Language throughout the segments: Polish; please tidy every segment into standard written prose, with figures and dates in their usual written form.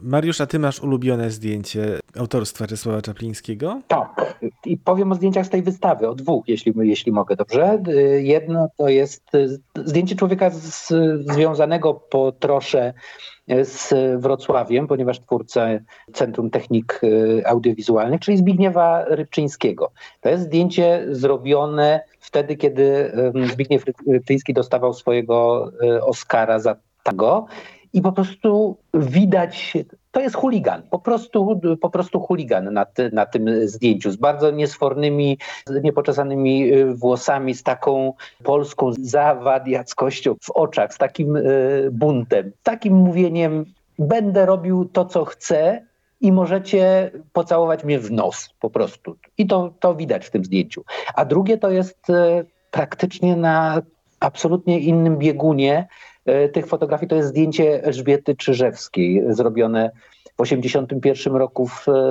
Mariusz, a ty masz ulubione zdjęcie autorstwa Czesława Czaplińskiego? Tak, i powiem o zdjęciach z tej wystawy, o dwóch, jeśli mogę, dobrze? Jedno to jest zdjęcie człowieka związanego po trosze z Wrocławiem, ponieważ twórca Centrum Technik Audiowizualnych, czyli Zbigniewa Rybczyńskiego. To jest zdjęcie zrobione wtedy, kiedy Zbigniew Rybczyński dostawał swojego Oscara za tango i po prostu widać, to jest chuligan, po prostu chuligan na tym zdjęciu, z bardzo niesfornymi, niepoczesanymi włosami, z taką polską zawadiackością w oczach, z takim buntem, takim mówieniem: będę robił to, co chcę i możecie pocałować mnie w nos po prostu. I to widać w tym zdjęciu. A drugie to jest praktycznie na absolutnie innym biegunie tych fotografii. To jest zdjęcie Elżbiety Czyżewskiej, zrobione w 1981 roku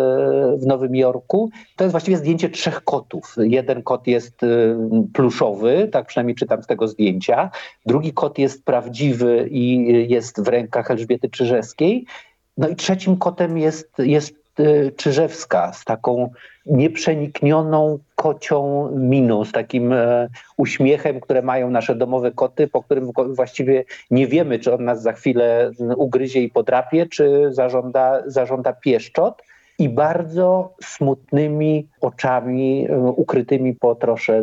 w Nowym Jorku. To jest właściwie zdjęcie trzech kotów. Jeden kot jest pluszowy, tak przynajmniej czytam z tego zdjęcia. Drugi kot jest prawdziwy i jest w rękach Elżbiety Czyżewskiej. No i trzecim kotem jest Czyżewska z taką nieprzeniknioną kocią miną, z takim uśmiechem, które mają nasze domowe koty, po którym właściwie nie wiemy, czy on nas za chwilę ugryzie i podrapie, czy zażąda pieszczot. I bardzo smutnymi oczami ukrytymi po trosze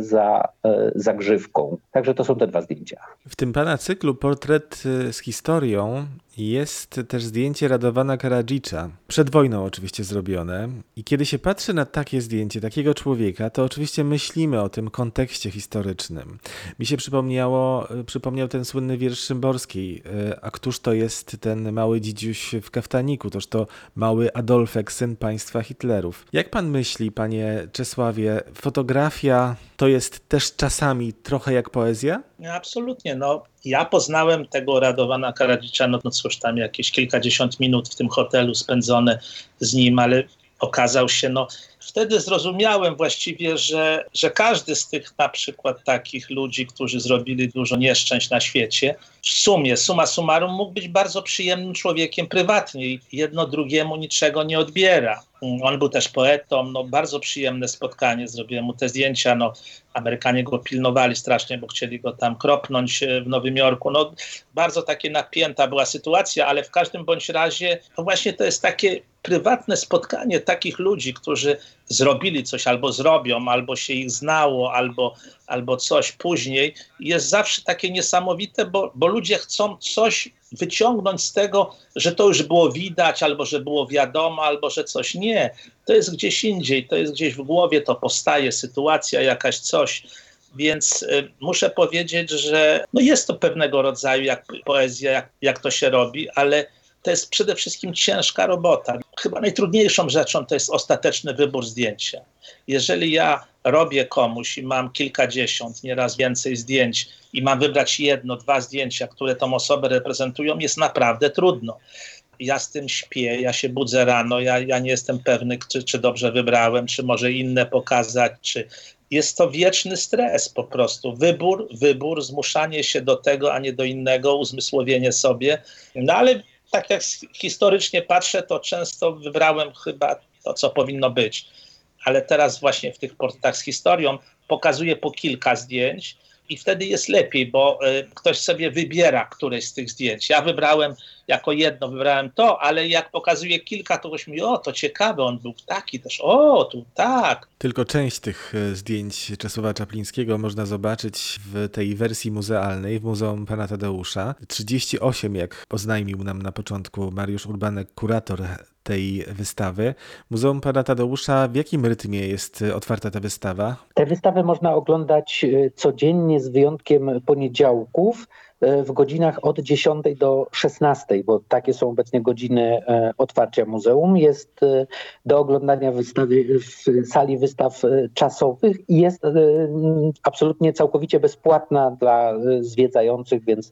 za grzywką. Także to są te dwa zdjęcia. W tym pana cyklu Portret z historią jest też zdjęcie Radowana Karadzicza. Przed wojną oczywiście zrobione. I kiedy się patrzy na takie zdjęcie, takiego człowieka, to oczywiście myślimy o tym kontekście historycznym. Mi się przypomniał ten słynny wiersz Szymborskiej. A któż to jest ten mały dzidziuś w kaftaniku? Toż to mały Adolfek, syn państwa Hitlerów. Jak pan myśli, panie Czesławie, fotografia to jest też czasami trochę jak poezja? Absolutnie. Ja poznałem tego Radowana Karadzicza, cóż tam, jakieś kilkadziesiąt minut w tym hotelu spędzone z nim, ale okazał się, wtedy zrozumiałem właściwie, że każdy z tych na przykład takich ludzi, którzy zrobili dużo nieszczęść na świecie, w sumie, summa summarum, mógł być bardzo przyjemnym człowiekiem prywatnie i jedno drugiemu niczego nie odbiera. On był też poetą, bardzo przyjemne spotkanie, zrobiłem mu te zdjęcia, Amerykanie go pilnowali strasznie, bo chcieli go tam kropnąć w Nowym Jorku. Bardzo takie napięta była sytuacja, ale w każdym bądź razie właśnie to jest takie prywatne spotkanie takich ludzi, którzy zrobili coś albo zrobią, albo się ich znało, albo coś później. Jest zawsze takie niesamowite, bo ludzie chcą coś wyciągnąć z tego, że to już było widać, albo że było wiadomo, albo że coś nie. To jest gdzieś indziej, to jest gdzieś w głowie, to powstaje sytuacja, jakaś coś. Więc muszę powiedzieć, że jest to pewnego rodzaju jak poezja, jak to się robi, ale to jest przede wszystkim ciężka robota. Chyba najtrudniejszą rzeczą to jest ostateczny wybór zdjęcia. Jeżeli ja robię komuś i mam kilkadziesiąt, nieraz więcej zdjęć i mam wybrać jedno, dwa zdjęcia, które tą osobę reprezentują, jest naprawdę trudno. Ja z tym śpię, ja się budzę rano, ja nie jestem pewny, czy dobrze wybrałem, czy może inne pokazać, czy... Jest to wieczny stres po prostu. Wybór, zmuszanie się do tego, a nie do innego, uzmysłowienie sobie. Ale tak jak historycznie patrzę, to często wybrałem chyba to, co powinno być. Ale teraz właśnie w tych portretach z historią pokazuję po kilka zdjęć i wtedy jest lepiej, bo ktoś sobie wybiera któreś z tych zdjęć. Ja wybrałem jako jedno, wybrałem to, ale jak pokazuję kilka, to ktoś mówi: o, to ciekawe, on był taki też, o, tu tak. Tylko część tych zdjęć Czesława Czaplińskiego można zobaczyć w tej wersji muzealnej w Muzeum Pana Tadeusza. 38, jak oznajmił nam na początku Mariusz Urbanek, kurator tej wystawy. Muzeum Pana Tadeusza, w jakim rytmie jest otwarta ta wystawa? Tę wystawę można oglądać codziennie z wyjątkiem poniedziałków w godzinach od 10 do 16, bo takie są obecnie godziny otwarcia muzeum. Jest do oglądania wystawy w sali wystaw czasowych i jest absolutnie całkowicie bezpłatna dla zwiedzających, więc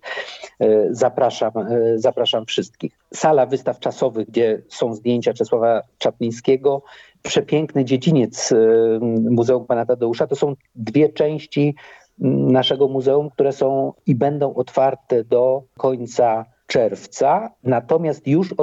zapraszam wszystkich. Sala wystaw czasowych, gdzie są zdjęcia Czesława Czaplińskiego, przepiękny dziedziniec Muzeum Pana Tadeusza. To są dwie części naszego muzeum, które są i będą otwarte do końca czerwca, natomiast już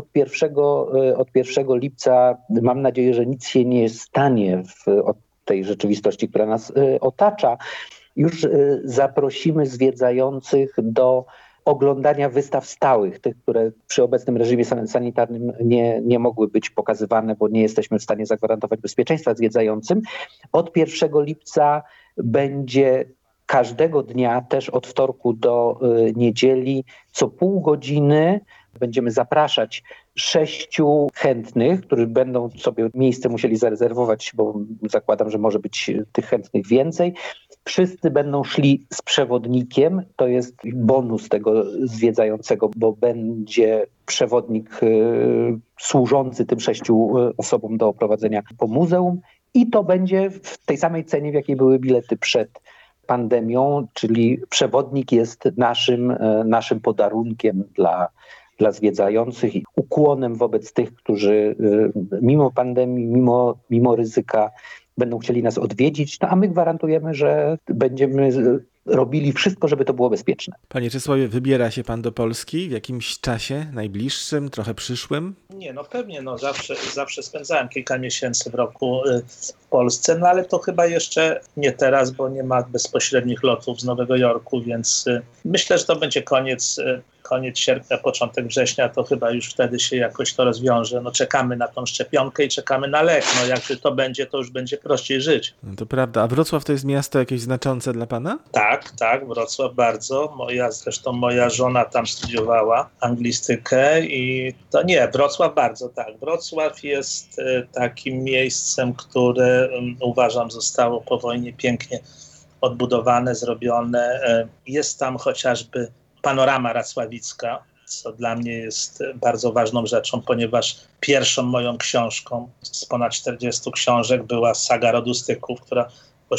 od 1 lipca mam nadzieję, że nic się nie stanie od tej rzeczywistości, która nas otacza. Już zaprosimy zwiedzających do oglądania wystaw stałych, tych, które przy obecnym reżimie sanitarnym nie mogły być pokazywane, bo nie jesteśmy w stanie zagwarantować bezpieczeństwa zwiedzającym. Od 1 lipca będzie każdego dnia, też od wtorku do niedzieli, co pół godziny będziemy zapraszać 6 chętnych, którzy będą sobie miejsce musieli zarezerwować, bo zakładam, że może być tych chętnych więcej. Wszyscy będą szli z przewodnikiem, to jest bonus tego zwiedzającego, bo będzie przewodnik służący tym 6 osobom do oprowadzenia po muzeum i to będzie w tej samej cenie, w jakiej były bilety przed pandemią, czyli przewodnik jest naszym podarunkiem dla zwiedzających i ukłonem wobec tych, którzy mimo pandemii, mimo ryzyka będą chcieli nas odwiedzić, no a my gwarantujemy, że będziemy robili wszystko, żeby to było bezpieczne. Panie Czesławie, wybiera się pan do Polski w jakimś czasie najbliższym, trochę przyszłym? Nie, no pewnie, no zawsze spędzałem kilka miesięcy w roku w Polsce, no ale to chyba jeszcze nie teraz, bo nie ma bezpośrednich lotów z Nowego Jorku, więc myślę, że to będzie koniec sierpnia, początek września, to chyba już wtedy się jakoś to rozwiąże. No czekamy na tą szczepionkę i czekamy na lek. No jak to będzie, to już będzie prościej żyć. No to prawda. A Wrocław to jest miasto jakieś znaczące dla pana? Tak, Wrocław bardzo. Moja żona tam studiowała anglistykę i to nie, Wrocław bardzo, tak. Wrocław jest takim miejscem, które uważam zostało po wojnie pięknie odbudowane, zrobione. Jest tam chociażby panorama racławicka, co dla mnie jest bardzo ważną rzeczą, ponieważ pierwszą moją książką z ponad 40 książek była Saga Rodustyków, która w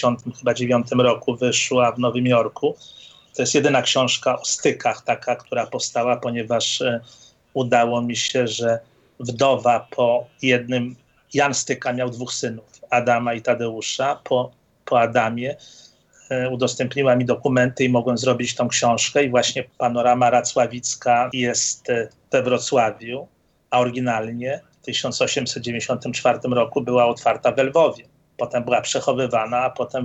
1989 roku wyszła w Nowym Jorku. To jest jedyna książka o stykach taka, która powstała, ponieważ udało mi się, że wdowa po jednym, Jan Styka miał 2 synów, Adama i Tadeusza, po Adamie udostępniła mi dokumenty i mogłem zrobić tą książkę i właśnie panorama racławicka jest we Wrocławiu, a oryginalnie w 1894 roku była otwarta w Lwowie. Potem była przechowywana, a potem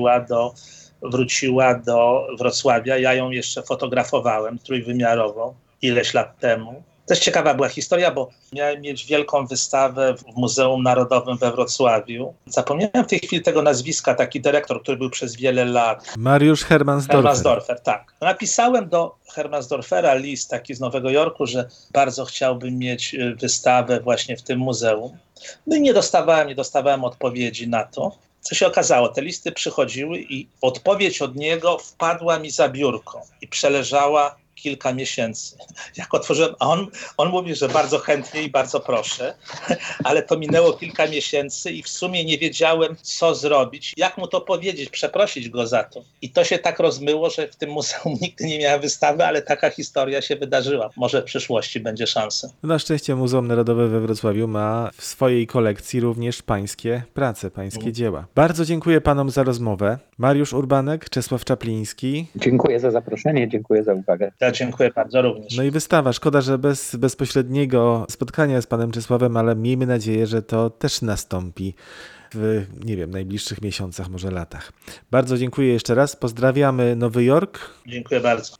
wróciła do Wrocławia. Ja ją jeszcze fotografowałem trójwymiarową ileś lat temu. Też ciekawa była historia, bo miałem mieć wielką wystawę w Muzeum Narodowym we Wrocławiu. Zapomniałem w tej chwili tego nazwiska, taki dyrektor, który był przez wiele lat. Mariusz Hermansdorfer, tak. Napisałem do Hermansdorfera list taki z Nowego Jorku, że bardzo chciałbym mieć wystawę właśnie w tym muzeum. No i nie dostawałem odpowiedzi na to. Co się okazało, te listy przychodziły i odpowiedź od niego wpadła mi za biurko i przeleżała kilka miesięcy. Jak otworzyłem, a on mówi, że bardzo chętnie i bardzo proszę, ale to minęło kilka miesięcy i w sumie nie wiedziałem, co zrobić, jak mu to powiedzieć, przeprosić go za to. I to się tak rozmyło, że w tym muzeum nigdy nie miałem wystawy, ale taka historia się wydarzyła. Może w przyszłości będzie szansa. Na szczęście Muzeum Narodowe we Wrocławiu ma w swojej kolekcji również pańskie prace, pańskie dzieła. Bardzo dziękuję panom za rozmowę. Mariusz Urbanek, Czesław Czapliński. Dziękuję za zaproszenie, dziękuję za uwagę. Ja dziękuję bardzo również. No i wystawa. Szkoda, że bez bezpośredniego spotkania z panem Czesławem, ale miejmy nadzieję, że to też nastąpi w, najbliższych miesiącach, może latach. Bardzo dziękuję jeszcze raz. Pozdrawiamy Nowy Jork. Dziękuję bardzo.